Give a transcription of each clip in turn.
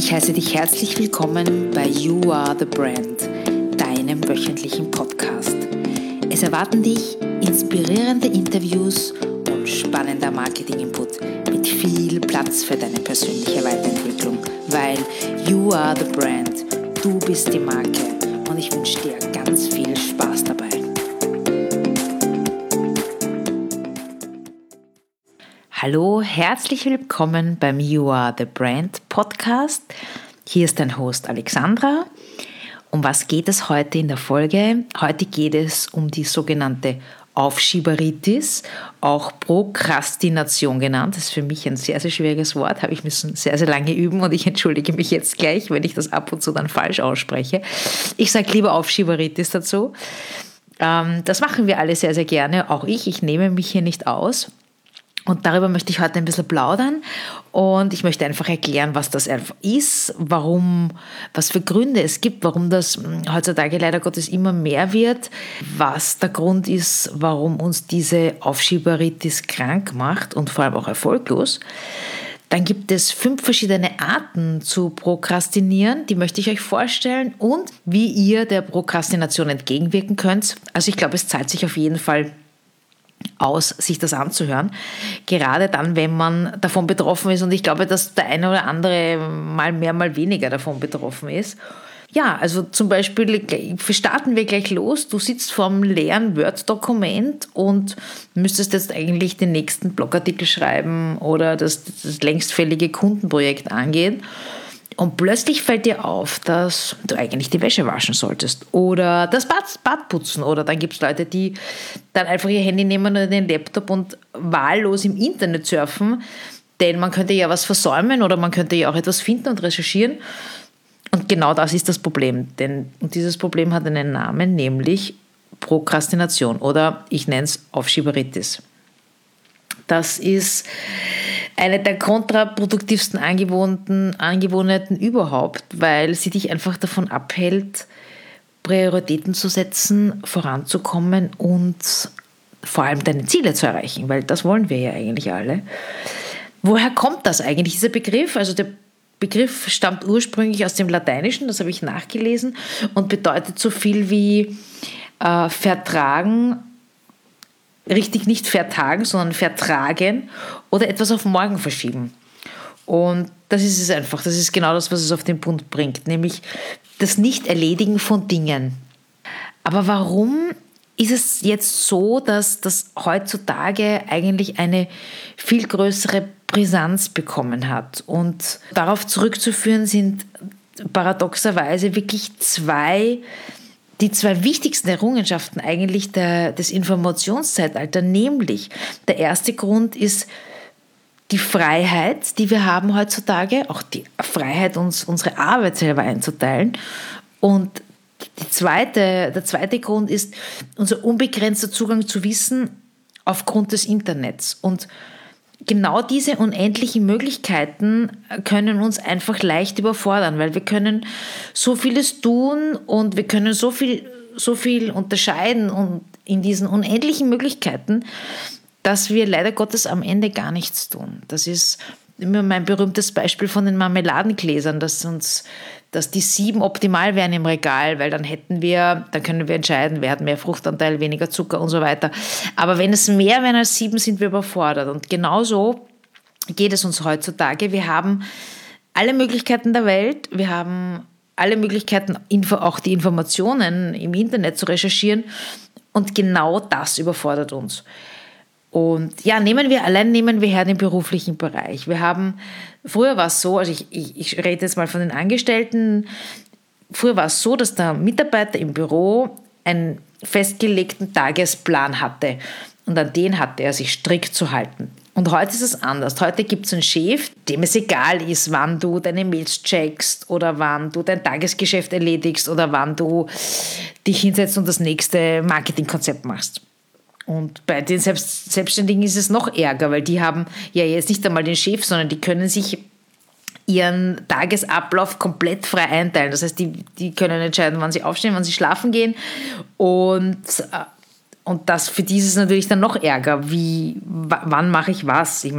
Ich heiße dich herzlich willkommen bei You Are the Brand, deinem wöchentlichen Podcast. Es erwarten dich inspirierende Interviews und spannender Marketing-Input mit viel Platz für deine persönliche Weiterentwicklung, weil You Are the Brand, du bist die Marke und ich wünsche dir ganz viel Spaß dabei. Hallo, herzlich willkommen beim You Are the Brand Podcast. Hier ist dein Host Alexandra. Um was geht es heute in der Folge? Heute geht es um die sogenannte Aufschieberitis, auch Prokrastination genannt. Das ist für mich ein sehr, sehr schwieriges Wort, habe ich müssen sehr, sehr lange üben und ich entschuldige mich jetzt gleich, wenn ich das ab und zu dann falsch ausspreche. Ich sage lieber Aufschieberitis dazu. Das machen wir alle sehr, sehr gerne, auch ich. Ich nehme mich hier nicht aus. Und darüber möchte ich heute ein bisschen plaudern und ich möchte einfach erklären, was das einfach ist, was für Gründe es gibt, warum das heutzutage leider Gottes immer mehr wird, was der Grund ist, warum uns diese Aufschieberitis krank macht und vor allem auch erfolglos. Dann gibt es 5 verschiedene Arten zu prokrastinieren, die möchte ich euch vorstellen und wie ihr der Prokrastination entgegenwirken könnt. Also ich glaube, es zahlt sich auf jeden Fall aus, sich das anzuhören. Gerade dann, wenn man davon betroffen ist. Und ich glaube, dass der eine oder andere mal mehr, mal weniger davon betroffen ist. Ja, also zum Beispiel starten wir gleich los. Du sitzt vor einem leeren Word-Dokument und müsstest jetzt eigentlich den nächsten Blogartikel schreiben oder das längstfällige Kundenprojekt angehen. Und plötzlich fällt dir auf, dass du eigentlich die Wäsche waschen solltest oder das Bad putzen. Oder dann gibt es Leute, die dann einfach ihr Handy nehmen oder den Laptop und wahllos im Internet surfen. Denn man könnte ja was versäumen oder man könnte ja auch etwas finden und recherchieren. Und genau das ist das Problem. Und dieses Problem hat einen Namen, nämlich Prokrastination oder ich nenne es Aufschieberitis. Das ist eine der kontraproduktivsten Angewohnheiten überhaupt, weil sie dich einfach davon abhält, Prioritäten zu setzen, voranzukommen und vor allem deine Ziele zu erreichen, weil das wollen wir ja eigentlich alle. Woher kommt das eigentlich, dieser Begriff? Also der Begriff stammt ursprünglich aus dem Lateinischen, das habe ich nachgelesen, und bedeutet so viel wie vertragen, richtig nicht vertagen, sondern vertragen oder etwas auf morgen verschieben. Und das ist es einfach. Das ist genau das, was es auf den Punkt bringt, nämlich das Nicht-Erledigen von Dingen. Aber warum ist es jetzt so, dass das heutzutage eigentlich eine viel größere Brisanz bekommen hat? Und darauf zurückzuführen sind paradoxerweise wirklich die zwei wichtigsten Errungenschaften eigentlich des Informationszeitalters, nämlich der erste Grund ist die Freiheit, die wir haben heutzutage, auch die Freiheit, unsere Arbeit selber einzuteilen. Und der zweite Grund ist unser unbegrenzter Zugang zu Wissen aufgrund des Internets. Und genau diese unendlichen Möglichkeiten können uns einfach leicht überfordern, weil wir können so vieles tun und wir können so viel unterscheiden und in diesen unendlichen Möglichkeiten, dass wir leider Gottes am Ende gar nichts tun. Das ist immer mein berühmtes Beispiel von den Marmeladengläsern, dass die 7 optimal wären im Regal, weil dann können wir entscheiden, wer hat mehr Fruchtanteil, weniger Zucker und so weiter. Aber wenn es mehr wären als 7, sind wir überfordert. Und genauso geht es uns heutzutage. Wir haben alle Möglichkeiten der Welt, wir haben alle Möglichkeiten, auch die Informationen im Internet zu recherchieren. Und genau das überfordert uns. Und ja, nehmen wir her den beruflichen Bereich. Früher war es so, also ich rede jetzt mal von den Angestellten, früher war es so, dass der Mitarbeiter im Büro einen festgelegten Tagesplan hatte und an den hatte er sich strikt zu halten. Und heute ist es anders. Heute gibt es einen Chef, dem es egal ist, wann du deine Mails checkst oder wann du dein Tagesgeschäft erledigst oder wann du dich hinsetzt und das nächste Marketingkonzept machst. Und bei den Selbstständigen ist es noch ärger, weil die haben ja jetzt nicht einmal den Chef, sondern die können sich ihren Tagesablauf komplett frei einteilen. Das heißt, die können entscheiden, wann sie aufstehen, wann sie schlafen gehen. Und das für die ist es natürlich dann noch ärger. Wann mache ich was? Ich meine,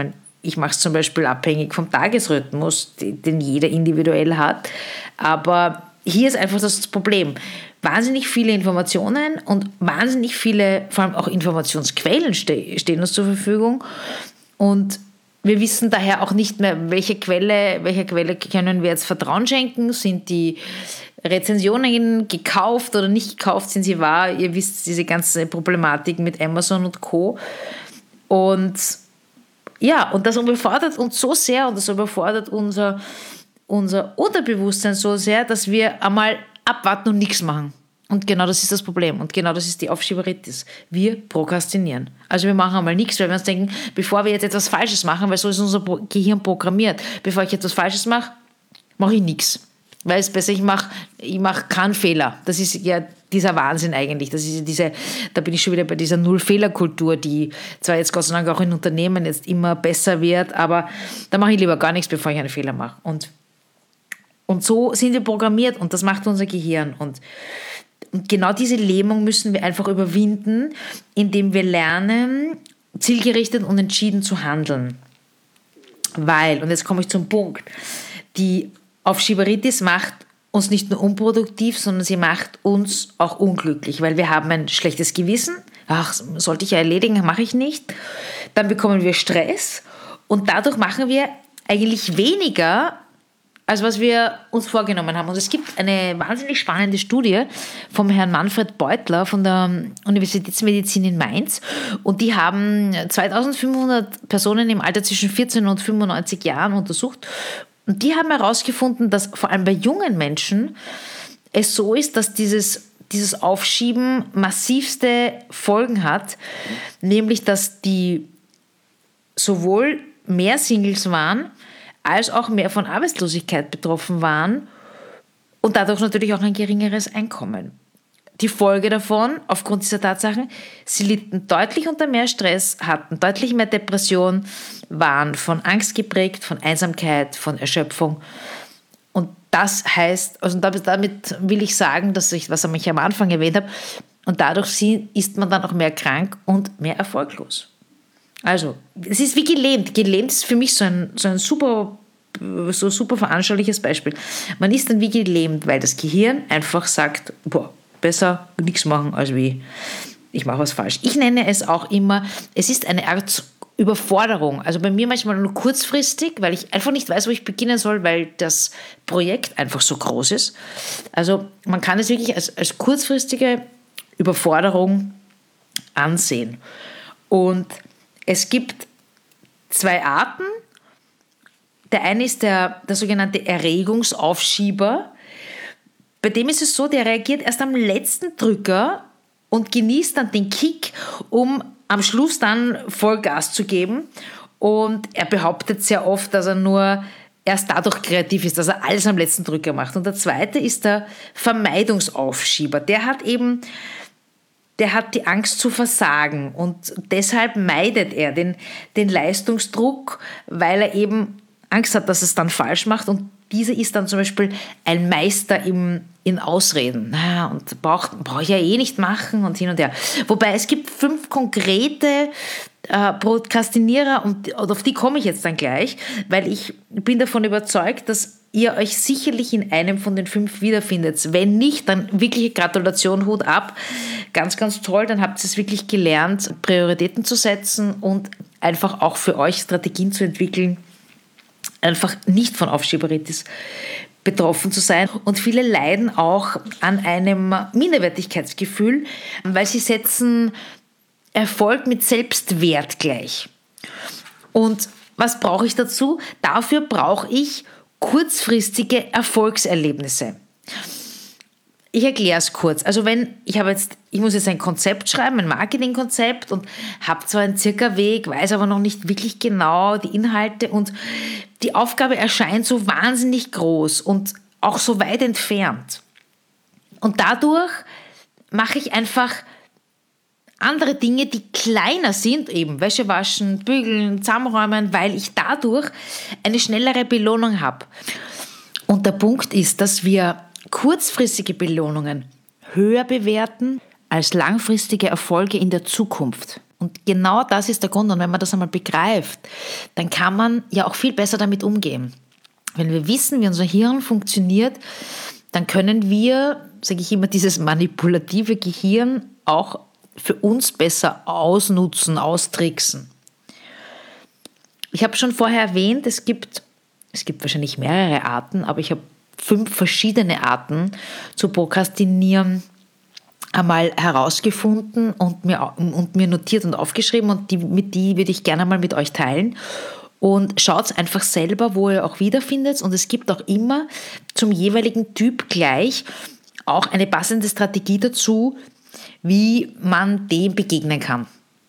Ich mache es zum Beispiel abhängig vom Tagesrhythmus, den jeder individuell hat. Aber hier ist einfach das Problem. Wahnsinnig viele Informationen und wahnsinnig viele, vor allem auch Informationsquellen stehen uns zur Verfügung. Und wir wissen daher auch nicht mehr, welcher Quelle können wir jetzt Vertrauen schenken. Sind die Rezensionen gekauft oder nicht gekauft? Sind sie wahr? Ihr wisst diese ganze Problematik mit Amazon und Co. Und ja, und das überfordert uns so sehr und das überfordert unser Unterbewusstsein so sehr, dass wir einmal abwarten und nichts machen. Und genau das ist das Problem. Und genau das ist die Aufschieberitis. Wir prokrastinieren. Also wir machen einmal nichts, weil wir uns denken, bevor wir jetzt etwas Falsches machen, weil so ist unser Gehirn programmiert, bevor ich etwas Falsches mache, mache ich nichts. Weil es besser, ich mache keinen Fehler. Das ist ja dieser Wahnsinn eigentlich. Das ist da bin ich schon wieder bei dieser Null-Fehler-Kultur, die zwar jetzt Gott sei Dank auch in Unternehmen jetzt immer besser wird, aber da mache ich lieber gar nichts, bevor ich einen Fehler mache. Und so sind wir programmiert und das macht unser Gehirn. Und genau diese Lähmung müssen wir einfach überwinden, indem wir lernen, zielgerichtet und entschieden zu handeln. Weil, und jetzt komme ich zum Punkt, die Aufschieberitis macht uns nicht nur unproduktiv, sondern sie macht uns auch unglücklich, weil wir haben ein schlechtes Gewissen. Ach, sollte ich ja erledigen, mache ich nicht. Dann bekommen wir Stress und dadurch machen wir eigentlich weniger, als was wir uns vorgenommen haben. Und es gibt eine wahnsinnig spannende Studie vom Herrn Manfred Beutler von der Universitätsmedizin in Mainz. Und die haben 2500 Personen im Alter zwischen 14 und 95 Jahren untersucht. Und die haben herausgefunden, dass vor allem bei jungen Menschen es so ist, dass dieses Aufschieben massivste Folgen hat. Nämlich, dass die sowohl mehr Singles waren, als auch mehr von Arbeitslosigkeit betroffen waren und dadurch natürlich auch ein geringeres Einkommen. Die Folge davon, aufgrund dieser Tatsachen, sie litten deutlich unter mehr Stress, hatten deutlich mehr Depression, waren von Angst geprägt, von Einsamkeit, von Erschöpfung. Und das heißt, also damit will ich sagen, was ich am Anfang erwähnt habe, und dadurch ist man dann auch mehr krank und mehr erfolglos. Also, es ist wie gelähmt. Gelähmt ist für mich so ein super veranschauliches Beispiel. Man ist dann wie gelähmt, weil das Gehirn einfach sagt, besser nichts machen, als wie ich mache was falsch. Ich nenne es auch immer, es ist eine Art Überforderung. Also bei mir manchmal nur kurzfristig, weil ich einfach nicht weiß, wo ich beginnen soll, weil das Projekt einfach so groß ist. Also man kann es wirklich als kurzfristige Überforderung ansehen. Und es gibt zwei Arten. Der eine ist der sogenannte Erregungsaufschieber. Bei dem ist es so, der reagiert erst am letzten Drücker und genießt dann den Kick, um am Schluss dann Vollgas zu geben. Und er behauptet sehr oft, dass er nur erst dadurch kreativ ist, dass er alles am letzten Drücker macht. Und der zweite ist der Vermeidungsaufschieber. Der hat die Angst zu versagen und deshalb meidet er den Leistungsdruck, weil er eben Angst hat, dass es dann falsch macht, und dieser ist dann zum Beispiel ein Meister in Ausreden. Und brauche ich ja eh nicht machen und hin und her. Wobei es gibt 5 konkrete Prokrastinierer und auf die komme ich jetzt dann gleich, weil ich bin davon überzeugt, dass ihr euch sicherlich in einem von den 5 wiederfindet. Wenn nicht, dann wirklich Gratulation, Hut ab. Ganz, ganz toll, dann habt ihr es wirklich gelernt, Prioritäten zu setzen und einfach auch für euch Strategien zu entwickeln, einfach nicht von Aufschieberitis betroffen zu sein. Und viele leiden auch an einem Minderwertigkeitsgefühl, weil sie setzen Erfolg mit Selbstwert gleich. Und was brauche ich dazu? Dafür brauche ich kurzfristige Erfolgserlebnisse. Ich erkläre es kurz. Also ich muss jetzt ein Konzept schreiben, ein Marketingkonzept, und habe zwar einen Circa-Weg, weiß aber noch nicht wirklich genau die Inhalte, und die Aufgabe erscheint so wahnsinnig groß und auch so weit entfernt. Und dadurch mache ich einfach andere Dinge, die kleiner sind, eben Wäsche waschen, bügeln, zusammenräumen, weil ich dadurch eine schnellere Belohnung habe. Und der Punkt ist, dass wir kurzfristige Belohnungen höher bewerten als langfristige Erfolge in der Zukunft. Und genau das ist der Grund. Und wenn man das einmal begreift, dann kann man ja auch viel besser damit umgehen. Wenn wir wissen, wie unser Hirn funktioniert, dann können wir, sage ich immer, dieses manipulative Gehirn auch für uns besser ausnutzen, austricksen. Ich habe schon vorher erwähnt, es gibt wahrscheinlich mehrere Arten, aber ich habe 5 verschiedene Arten zu prokrastinieren einmal herausgefunden und mir notiert und aufgeschrieben, und die würde ich gerne mal mit euch teilen. Und schaut einfach selber, wo ihr auch wiederfindet. Und es gibt auch immer zum jeweiligen Typ gleich auch eine passende Strategie dazu, wie man dem begegnen kann.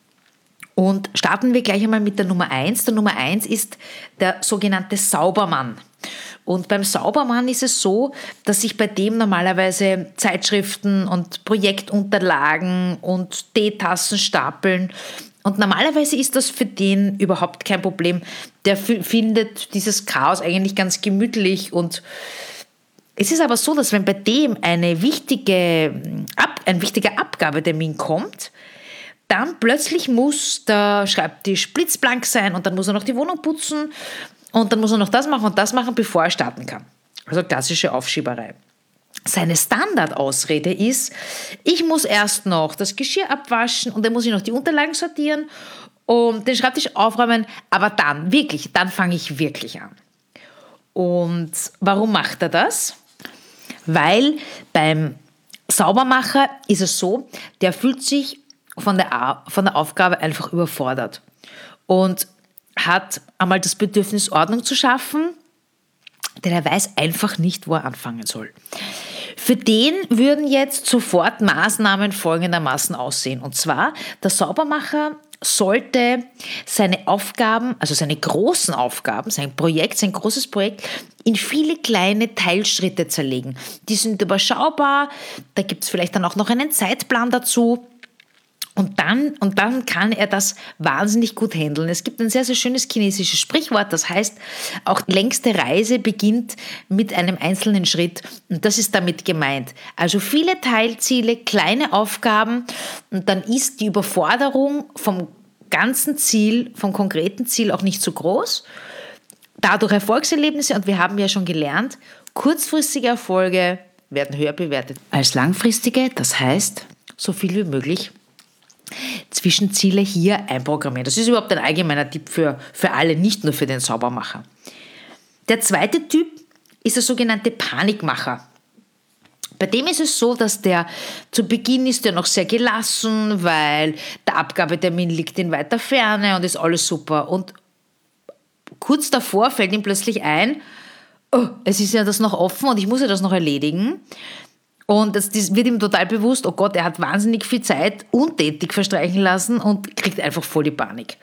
Und starten wir gleich einmal mit der Nummer 1. Der Nummer 1 ist der sogenannte Saubermann. Und beim Saubermann ist es so, dass sich bei dem normalerweise Zeitschriften und Projektunterlagen und Teetassen stapeln. Und normalerweise ist das für den überhaupt kein Problem. Der findet dieses Chaos eigentlich ganz gemütlich. Und es ist aber so, dass wenn bei dem ein wichtiger Abgabetermin kommt, dann plötzlich muss der Schreibtisch blitzblank sein und dann muss er noch die Wohnung putzen und dann muss er noch das machen, bevor er starten kann. Also klassische Aufschieberei. Seine Standardausrede ist, ich muss erst noch das Geschirr abwaschen und dann muss ich noch die Unterlagen sortieren und den Schreibtisch aufräumen, aber dann fange ich wirklich an. Und warum macht er das? Weil beim Saubermacher ist es so, der fühlt sich von der Aufgabe einfach überfordert und hat einmal das Bedürfnis, Ordnung zu schaffen, denn er weiß einfach nicht, wo er anfangen soll. Für den würden jetzt sofort Maßnahmen folgendermaßen aussehen. Und zwar, der Saubermacher sollte seine Aufgaben, also seine großen Aufgaben, sein großes Projekt, in viele kleine Teilschritte zerlegen. Die sind überschaubar, da gibt es vielleicht dann auch noch einen Zeitplan dazu. Und dann kann er das wahnsinnig gut handeln. Es gibt ein sehr, sehr schönes chinesisches Sprichwort, das heißt, auch die längste Reise beginnt mit einem einzelnen Schritt. Und das ist damit gemeint. Also viele Teilziele, kleine Aufgaben, und dann ist die Überforderung vom ganzen Ziel, vom konkreten Ziel auch nicht so groß. Dadurch Erfolgserlebnisse, und wir haben ja schon gelernt, kurzfristige Erfolge werden höher bewertet als langfristige. Das heißt, so viel wie möglich Zwischenziele hier einprogrammieren. Das ist überhaupt ein allgemeiner Tipp für alle, nicht nur für den Saubermacher. Der zweite Typ ist der sogenannte Panikmacher. Bei dem ist es so, dass der zu Beginn ist der noch sehr gelassen, weil der Abgabetermin liegt in weiter Ferne und ist alles super. Und kurz davor fällt ihm plötzlich ein, oh, es ist ja das noch offen und ich muss ja das noch erledigen. Und das wird ihm total bewusst, oh Gott, er hat wahnsinnig viel Zeit untätig verstreichen lassen und kriegt einfach voll die Panik.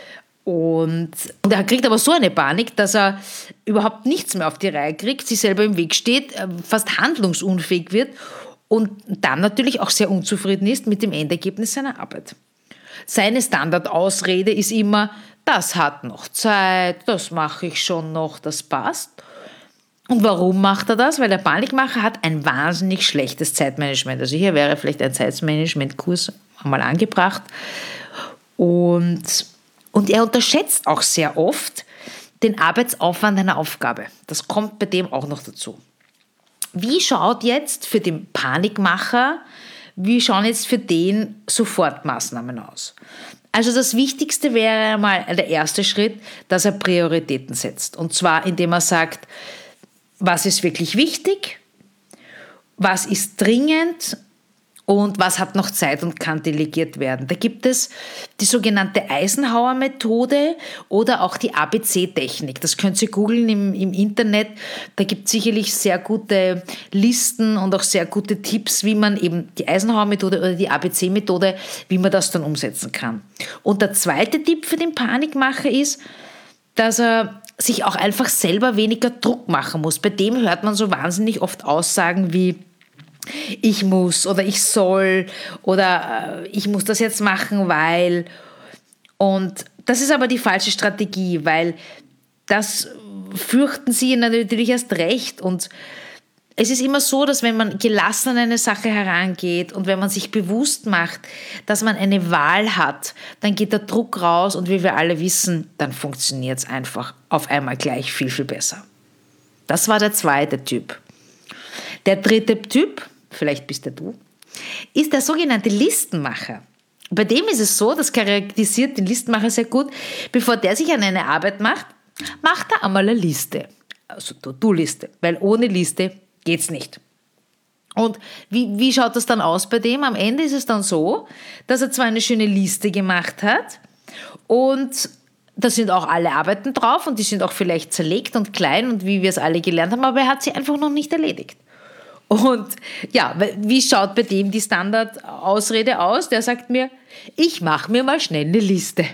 Und er kriegt aber so eine Panik, dass er überhaupt nichts mehr auf die Reihe kriegt, sich selber im Weg steht, fast handlungsunfähig wird und dann natürlich auch sehr unzufrieden ist mit dem Endergebnis seiner Arbeit. Seine Standardausrede ist immer, das hat noch Zeit, das mache ich schon noch, das passt. Und warum macht er das? Weil der Panikmacher hat ein wahnsinnig schlechtes Zeitmanagement. Also hier wäre vielleicht ein Zeitmanagement-Kurs einmal angebracht. Und er unterschätzt auch sehr oft den Arbeitsaufwand einer Aufgabe. Das kommt bei dem auch noch dazu. Wie schauen jetzt für den Sofortmaßnahmen aus? Also das Wichtigste wäre einmal der erste Schritt, dass er Prioritäten setzt. Und zwar, indem er sagt, was ist wirklich wichtig, was ist dringend und was hat noch Zeit und kann delegiert werden. Da gibt es die sogenannte Eisenhower-Methode oder auch die ABC-Technik. Das könnt ihr googeln im Internet. Da gibt es sicherlich sehr gute Listen und auch sehr gute Tipps, wie man eben die Eisenhower-Methode oder die ABC-Methode, wie man das dann umsetzen kann. Und der zweite Tipp für den Panikmacher ist, dass er sich auch einfach selber weniger Druck machen muss. Bei dem hört man so wahnsinnig oft Aussagen wie ich muss oder ich soll oder ich muss das jetzt machen, weil. Und das ist aber die falsche Strategie, weil das fürchten sie natürlich erst recht und Es ist immer so, dass wenn man gelassen an eine Sache herangeht und wenn man sich bewusst macht, dass man eine Wahl hat, dann geht der Druck raus und wie wir alle wissen, dann funktioniert es einfach auf einmal gleich viel, viel besser. Das war der zweite Typ. Der dritte Typ, vielleicht bist du, ist der sogenannte Listenmacher. Bei dem ist es so, das charakterisiert den Listenmacher sehr gut, bevor der sich an eine Arbeit macht, macht er einmal eine Liste. Also To-Do-Liste, weil ohne Liste geht's nicht. Und wie schaut das dann aus bei dem? Am Ende ist es dann so, dass er zwar eine schöne Liste gemacht hat und da sind auch alle Arbeiten drauf und die sind auch vielleicht zerlegt und klein und wie wir es alle gelernt haben, aber er hat sie einfach noch nicht erledigt. Und ja, wie schaut bei dem die Standardausrede aus? Der sagt mir, ich mache mir mal schnell eine Liste.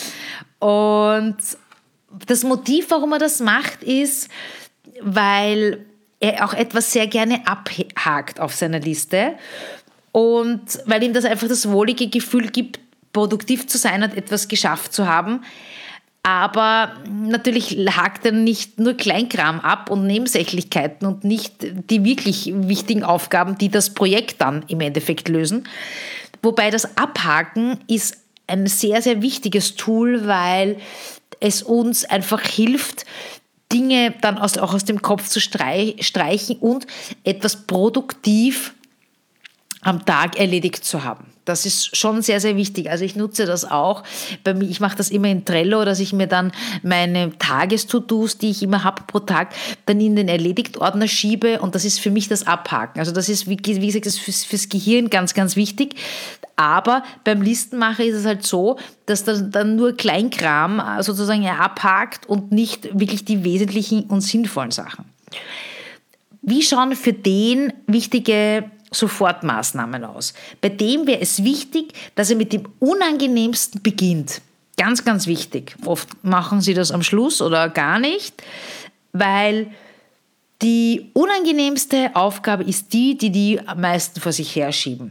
Und das Motiv, warum er das macht, ist, weil er auch etwas sehr gerne abhakt auf seiner Liste und weil ihm das einfach das wohlige Gefühl gibt, produktiv zu sein und etwas geschafft zu haben. Aber natürlich hakt er nicht nur Kleinkram ab und Nebensächlichkeiten und nicht die wirklich wichtigen Aufgaben, die das Projekt dann im Endeffekt lösen. Wobei das Abhaken ist ein sehr, sehr wichtiges Tool, weil es uns einfach hilft, Dinge dann auch aus dem Kopf zu streichen und etwas produktiv am Tag erledigt zu haben. Das ist schon sehr, sehr wichtig. Also ich nutze das auch. Bei mir, ich mache das immer in Trello, dass ich mir dann meine Tages-To-Dos, die ich immer habe pro Tag, dann in den Erledigt-Ordner schiebe und das ist für mich das Abhaken. Also das ist, wie gesagt, das ist fürs Gehirn ganz, ganz wichtig. Aber beim Listenmacher ist es halt so, dass dann nur Kleinkram sozusagen abhakt und nicht wirklich die wesentlichen und sinnvollen Sachen. Wie schauen für den wichtige Sofortmaßnahmen aus? Bei dem wäre es wichtig, dass er mit dem Unangenehmsten beginnt. Ganz, ganz wichtig. Oft machen sie das am Schluss oder gar nicht, weil die unangenehmste Aufgabe ist die am meisten vor sich herschieben.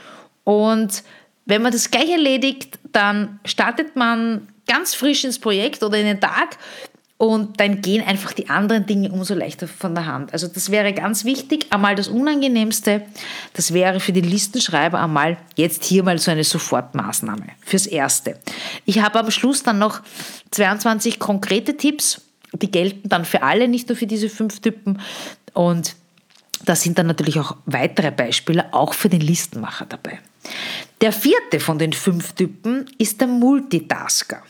Und wenn man das gleich erledigt, dann startet man ganz frisch ins Projekt oder in den Tag und dann gehen einfach die anderen Dinge umso leichter von der Hand. Also das wäre ganz wichtig. Einmal das Unangenehmste, das wäre für den Listenschreiber einmal jetzt hier mal so eine Sofortmaßnahme fürs Erste. Ich habe am Schluss dann noch 22 konkrete Tipps, die gelten dann für alle, nicht nur für diese 5 Typen und da sind dann natürlich auch weitere Beispiele, auch für den Listenmacher dabei. Der 4. von den 5 Typen ist der Multitasker.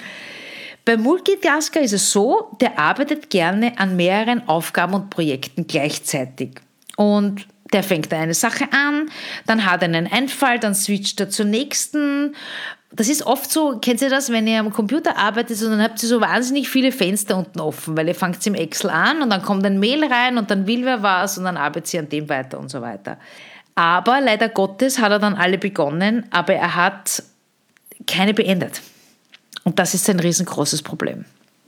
Beim Multitasker ist es so, der arbeitet gerne an mehreren Aufgaben und Projekten gleichzeitig. Und der fängt eine Sache an, dann hat er einen Einfall, dann switcht er zur nächsten. Das ist oft so, kennt ihr das, wenn ihr am Computer arbeitet und dann habt ihr so wahnsinnig viele Fenster unten offen, weil ihr fangt im Excel an und dann kommt ein Mail rein und dann will wer was und dann arbeitet ihr an dem weiter und so weiter. Aber leider Gottes hat er dann alle begonnen, aber er hat keine beendet. Und das ist ein riesengroßes Problem.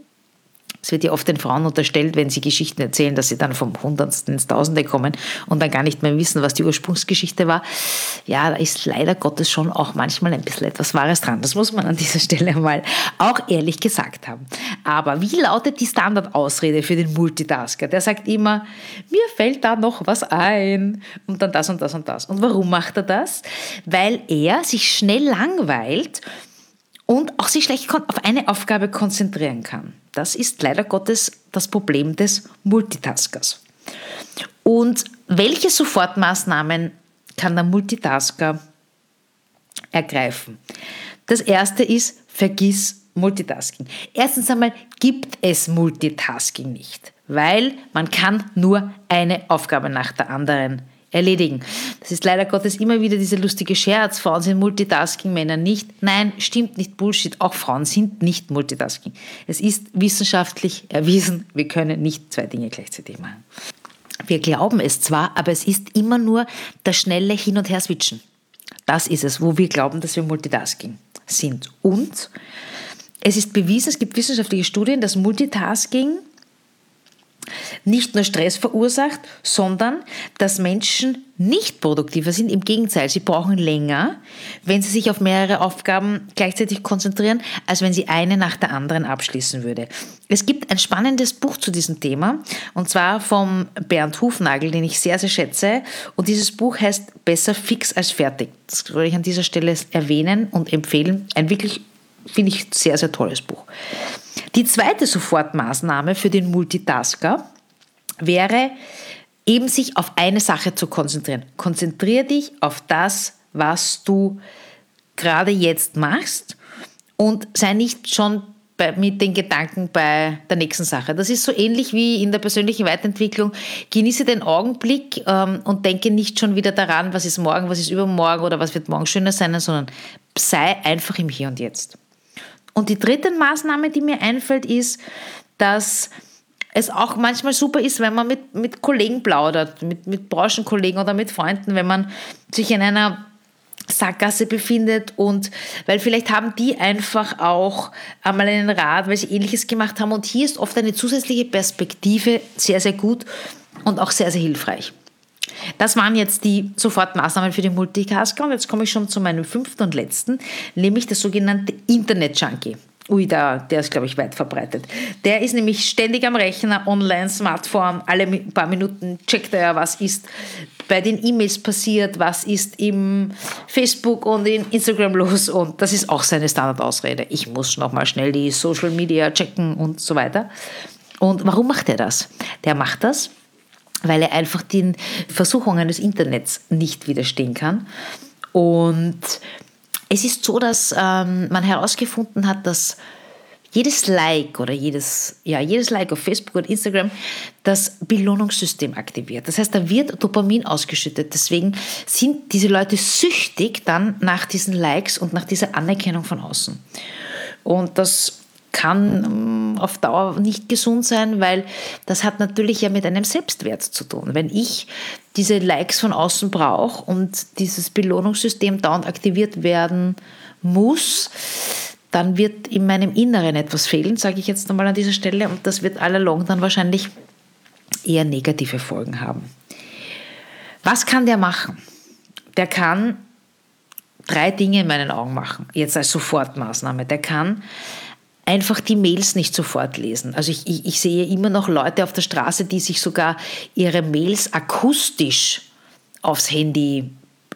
Es wird ja oft den Frauen unterstellt, wenn sie Geschichten erzählen, dass sie dann vom Hundertsten ins Tausende kommen und dann gar nicht mehr wissen, was die Ursprungsgeschichte war. Ja, da ist leider Gottes schon auch manchmal ein bisschen etwas Wahres dran. Das muss man an dieser Stelle mal auch ehrlich gesagt haben. Aber wie lautet die Standardausrede für den Multitasker? Der sagt immer, mir fällt da noch was ein und dann das und das und das. Und warum macht er das? Weil er sich schnell langweilt und auch sich schlecht auf eine Aufgabe konzentrieren kann. Das ist leider Gottes das Problem des Multitaskers. Und welche Sofortmaßnahmen kann der Multitasker ergreifen? Das erste ist, vergiss Multitasking. Erstens einmal gibt es Multitasking nicht, weil man kann nur eine Aufgabe nach der anderen erledigen. Das ist leider Gottes immer wieder dieser lustige Scherz, Frauen sind Multitasking, Männer nicht. Nein, stimmt nicht, Bullshit, auch Frauen sind nicht Multitasking. Es ist wissenschaftlich erwiesen, wir können nicht 2 Dinge gleichzeitig machen. Wir glauben es zwar, aber es ist immer nur das schnelle Hin- und Her-Switchen. Das ist es, wo wir glauben, dass wir Multitasking sind. Und es ist bewiesen, es gibt wissenschaftliche Studien, dass Multitasking nicht nur Stress verursacht, sondern dass Menschen nicht produktiver sind. Im Gegenteil, sie brauchen länger, wenn sie sich auf mehrere Aufgaben gleichzeitig konzentrieren, als wenn sie eine nach der anderen abschließen würde. Es gibt ein spannendes Buch zu diesem Thema, und zwar vom Bernd Hufnagel, den ich sehr, sehr schätze. Und dieses Buch heißt Besser fix als fertig. Das würde ich an dieser Stelle erwähnen und empfehlen. Ein wirklich, finde ich, sehr, sehr tolles Buch. Die zweite Sofortmaßnahme für den Multitasker wäre, eben sich auf eine Sache zu konzentrieren. Konzentriere dich auf das, was du gerade jetzt machst, und sei nicht schon mit den Gedanken bei der nächsten Sache. Das ist so ähnlich wie in der persönlichen Weiterentwicklung. Genieße den Augenblick und denke nicht schon wieder daran, was ist morgen, was ist übermorgen oder was wird morgen schöner sein, sondern sei einfach im Hier und Jetzt. Und die dritte Maßnahme, die mir einfällt, ist, dass es auch manchmal super ist, wenn man mit Kollegen plaudert, mit Branchenkollegen oder mit Freunden, wenn man sich in einer Sackgasse befindet, und weil vielleicht haben die einfach auch einmal einen Rat, weil sie Ähnliches gemacht haben, und hier ist oft eine zusätzliche Perspektive sehr, sehr gut und auch sehr, sehr hilfreich. Das waren jetzt die Sofortmaßnahmen für den Multitasker, und jetzt komme ich schon zu meinem 5. und letzten, nämlich der sogenannte Internet-Junkie. Ui, der ist, glaube ich, weit verbreitet. Der ist nämlich ständig am Rechner, online, Smartphone, alle paar Minuten checkt er, was ist bei den E-Mails passiert, was ist im Facebook und in Instagram los, und das ist auch seine Standardausrede. Ich muss nochmal schnell die Social Media checken und so weiter. Und warum macht er das? Der macht das, weil er einfach den Versuchungen des Internets nicht widerstehen kann. Und es ist so, dass man herausgefunden hat, dass jedes Like oder jedes Like auf Facebook oder Instagram das Belohnungssystem aktiviert. Das heißt, da wird Dopamin ausgeschüttet. Deswegen sind diese Leute süchtig dann nach diesen Likes und nach dieser Anerkennung von außen. Und das kann auf Dauer nicht gesund sein, weil das hat natürlich ja mit einem Selbstwert zu tun. Wenn ich diese Likes von außen brauche und dieses Belohnungssystem dauernd aktiviert werden muss, dann wird in meinem Inneren etwas fehlen, sage ich jetzt nochmal an dieser Stelle, und das wird all along dann wahrscheinlich eher negative Folgen haben. Was kann der machen? Der kann 3 Dinge in meinen Augen machen, jetzt als Sofortmaßnahme. Der kann einfach die Mails nicht sofort lesen. Also ich sehe immer noch Leute auf der Straße, die sich sogar ihre Mails akustisch aufs Handy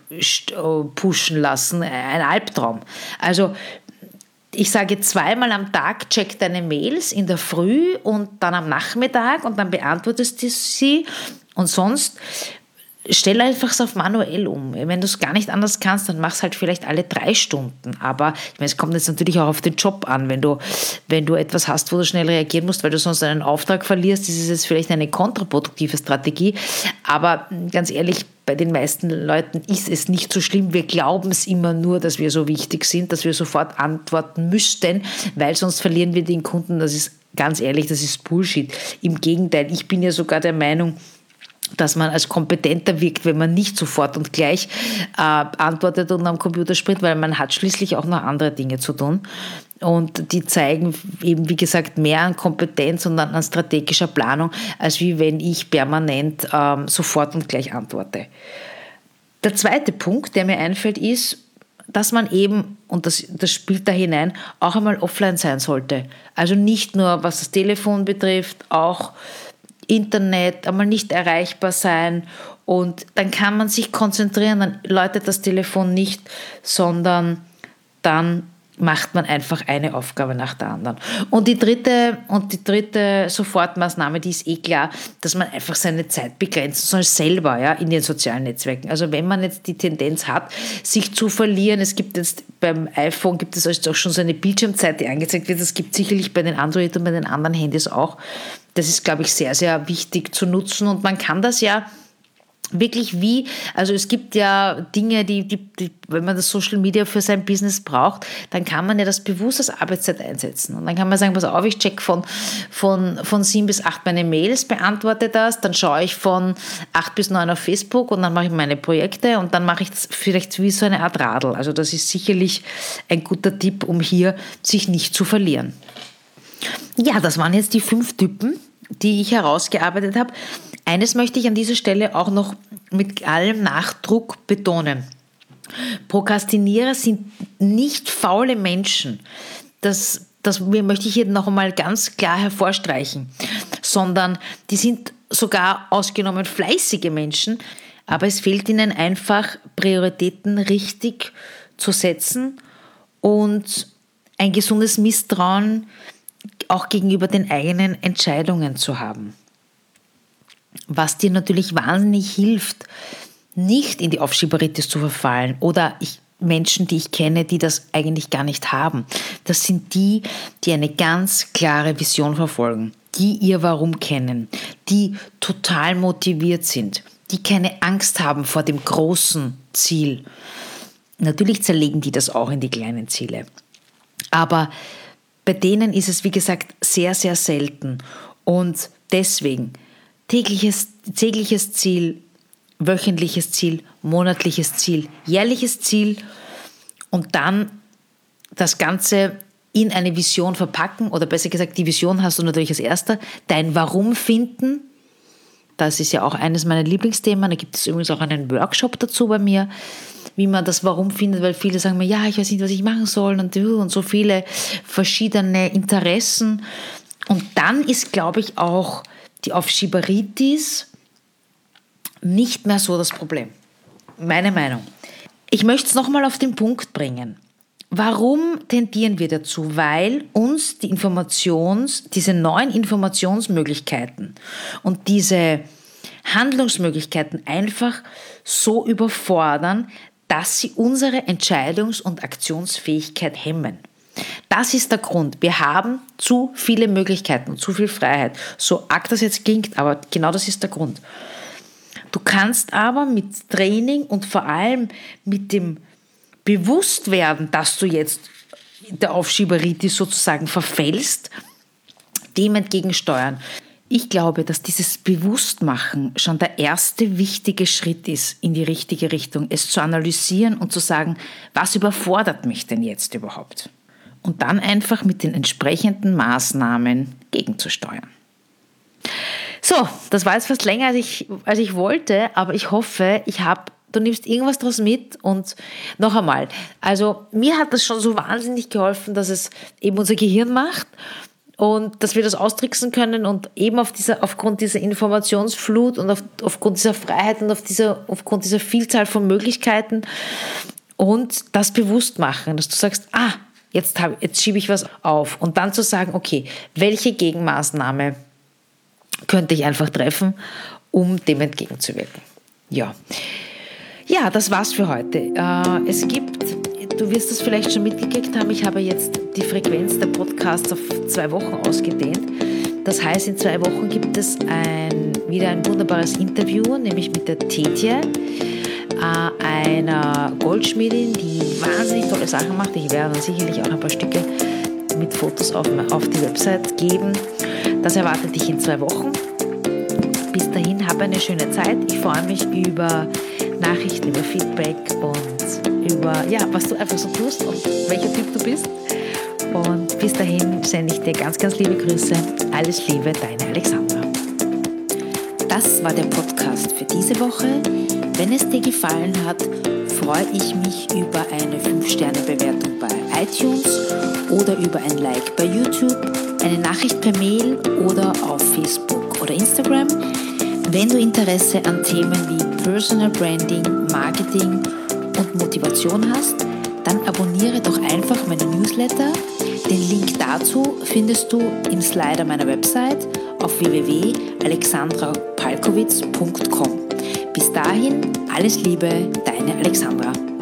pushen lassen. Ein Albtraum. Also ich sage 2-mal am Tag, check deine Mails in der Früh und dann am Nachmittag, und dann beantwortest du sie, und sonst stell einfach auf manuell um. Wenn du es gar nicht anders kannst, dann mach es halt vielleicht alle 3 Stunden. Aber ich meine, es kommt jetzt natürlich auch auf den Job an. Wenn du etwas hast, wo du schnell reagieren musst, weil du sonst einen Auftrag verlierst, ist es jetzt vielleicht eine kontraproduktive Strategie. Aber ganz ehrlich, bei den meisten Leuten ist es nicht so schlimm. Wir glauben es immer nur, dass wir so wichtig sind, dass wir sofort antworten müssten, weil sonst verlieren wir den Kunden. Das ist ganz ehrlich, das ist Bullshit. Im Gegenteil, ich bin ja sogar der Meinung, dass man als kompetenter wirkt, wenn man nicht sofort und gleich antwortet und am Computer springt, weil man hat schließlich auch noch andere Dinge zu tun. Und die zeigen eben, wie gesagt, mehr an Kompetenz und an strategischer Planung, als wie wenn ich permanent sofort und gleich antworte. Der zweite Punkt, der mir einfällt, ist, dass man eben, und das spielt da hinein, auch einmal offline sein sollte. Also nicht nur, was das Telefon betrifft, auch Internet, einmal nicht erreichbar sein, und dann kann man sich konzentrieren, dann läutet das Telefon nicht, sondern dann macht man einfach eine Aufgabe nach der anderen. Und die dritte Sofortmaßnahme, die ist klar, dass man einfach seine Zeit begrenzen soll selber, ja, in den sozialen Netzwerken. Also wenn man jetzt die Tendenz hat, sich zu verlieren, es gibt jetzt beim iPhone gibt es also auch schon so eine Bildschirmzeit, die angezeigt wird. Das gibt es sicherlich bei den Android und bei den anderen Handys auch. Das ist, glaube ich, sehr, sehr wichtig zu nutzen, und man kann das ja wirklich also es gibt ja Dinge, die, wenn man das Social Media für sein Business braucht, dann kann man ja das bewusst als Arbeitszeit einsetzen. Und dann kann man sagen, pass auf, ich check von 7 bis 8 meine Mails, beantworte das, dann schaue ich von 8 bis 9 auf Facebook, und dann mache ich meine Projekte, und dann mache ich das vielleicht wie so eine Art Radl. Also das ist sicherlich ein guter Tipp, um hier sich nicht zu verlieren. Ja, das waren jetzt die 5 Typen, die ich herausgearbeitet habe. Eines möchte ich an dieser Stelle auch noch mit allem Nachdruck betonen. Prokrastinierer sind nicht faule Menschen. Das möchte ich hier noch einmal ganz klar hervorstreichen, sondern die sind sogar ausgenommen fleißige Menschen, aber es fehlt ihnen einfach, Prioritäten richtig zu setzen und ein gesundes Misstrauen auch gegenüber den eigenen Entscheidungen zu haben. Was dir natürlich wahnsinnig hilft, nicht in die Aufschieberitis zu verfallen oder Menschen, die ich kenne, die das eigentlich gar nicht haben. Das sind die eine ganz klare Vision verfolgen, die ihr Warum kennen, die total motiviert sind, die keine Angst haben vor dem großen Ziel. Natürlich zerlegen die das auch in die kleinen Ziele. Aber bei denen ist es, wie gesagt, sehr, sehr selten. Und deswegen tägliches Ziel, wöchentliches Ziel, monatliches Ziel, jährliches Ziel und dann das Ganze in eine Vision verpacken oder besser gesagt, die Vision hast du natürlich als erster, dein Warum finden. Das ist ja auch eines meiner Lieblingsthemen. Da gibt es übrigens auch einen Workshop dazu bei mir, wie man das Warum findet, weil viele sagen mir, ja, ich weiß nicht, was ich machen soll und so viele verschiedene Interessen. Und dann ist, glaube ich, auch die Aufschieberitis nicht mehr so das Problem. Meine Meinung. Ich möchte es nochmal auf den Punkt bringen. Warum tendieren wir dazu? Weil uns diese neuen Informationsmöglichkeiten und diese Handlungsmöglichkeiten einfach so überfordern, dass sie unsere Entscheidungs- und Aktionsfähigkeit hemmen. Das ist der Grund. Wir haben zu viele Möglichkeiten und zu viel Freiheit. So arg das jetzt klingt, aber genau das ist der Grund. Du kannst aber mit Training und vor allem mit dem Bewusstwerden, dass du jetzt der Aufschieberitis sozusagen verfällst, dem entgegensteuern. Ich glaube, dass dieses Bewusstmachen schon der erste wichtige Schritt ist in die richtige Richtung, es zu analysieren und zu sagen, was überfordert mich denn jetzt überhaupt? Und dann einfach mit den entsprechenden Maßnahmen gegenzusteuern. So, das war jetzt fast länger, als ich wollte, aber ich hoffe, du nimmst irgendwas daraus mit und noch einmal, also mir hat das schon so wahnsinnig geholfen, dass es eben unser Gehirn macht und dass wir das austricksen können und eben aufgrund dieser Informationsflut und aufgrund dieser Freiheit und aufgrund dieser Vielzahl von Möglichkeiten und das bewusst machen, dass du sagst, jetzt schiebe ich was auf und dann zu sagen, okay, welche Gegenmaßnahme könnte ich einfach treffen, um dem entgegenzuwirken. Ja, das war's für heute. Du wirst es vielleicht schon mitgekriegt haben, ich habe jetzt die Frequenz der Podcasts auf 2 Wochen ausgedehnt. Das heißt, in 2 Wochen gibt es wieder ein wunderbares Interview, nämlich mit der Tetje, einer Goldschmiedin, die wahnsinnig tolle Sachen macht. Ich werde dann sicherlich auch ein paar Stücke mit Fotos auf die Website geben. Das erwartet dich in 2 Wochen. Bis dahin, hab eine schöne Zeit. Ich freue mich über Nachrichten, über Feedback und über was du einfach so tust und welcher Typ du bist. Und bis dahin sende ich dir ganz, ganz liebe Grüße. Alles Liebe, deine Alexandra. Das war der Podcast für diese Woche. Wenn es dir gefallen hat, freue ich mich über eine 5-Sterne-Bewertung bei iTunes oder über ein Like bei YouTube, eine Nachricht per Mail oder auf Facebook oder Instagram. Wenn du Interesse an Themen wie Personal Branding, Marketing und Motivation hast, dann abonniere doch einfach meine Newsletter. Den Link dazu findest du im Slider meiner Website auf www.alexandrapalkowitz.com. Bis dahin, alles Liebe, deine Alexandra.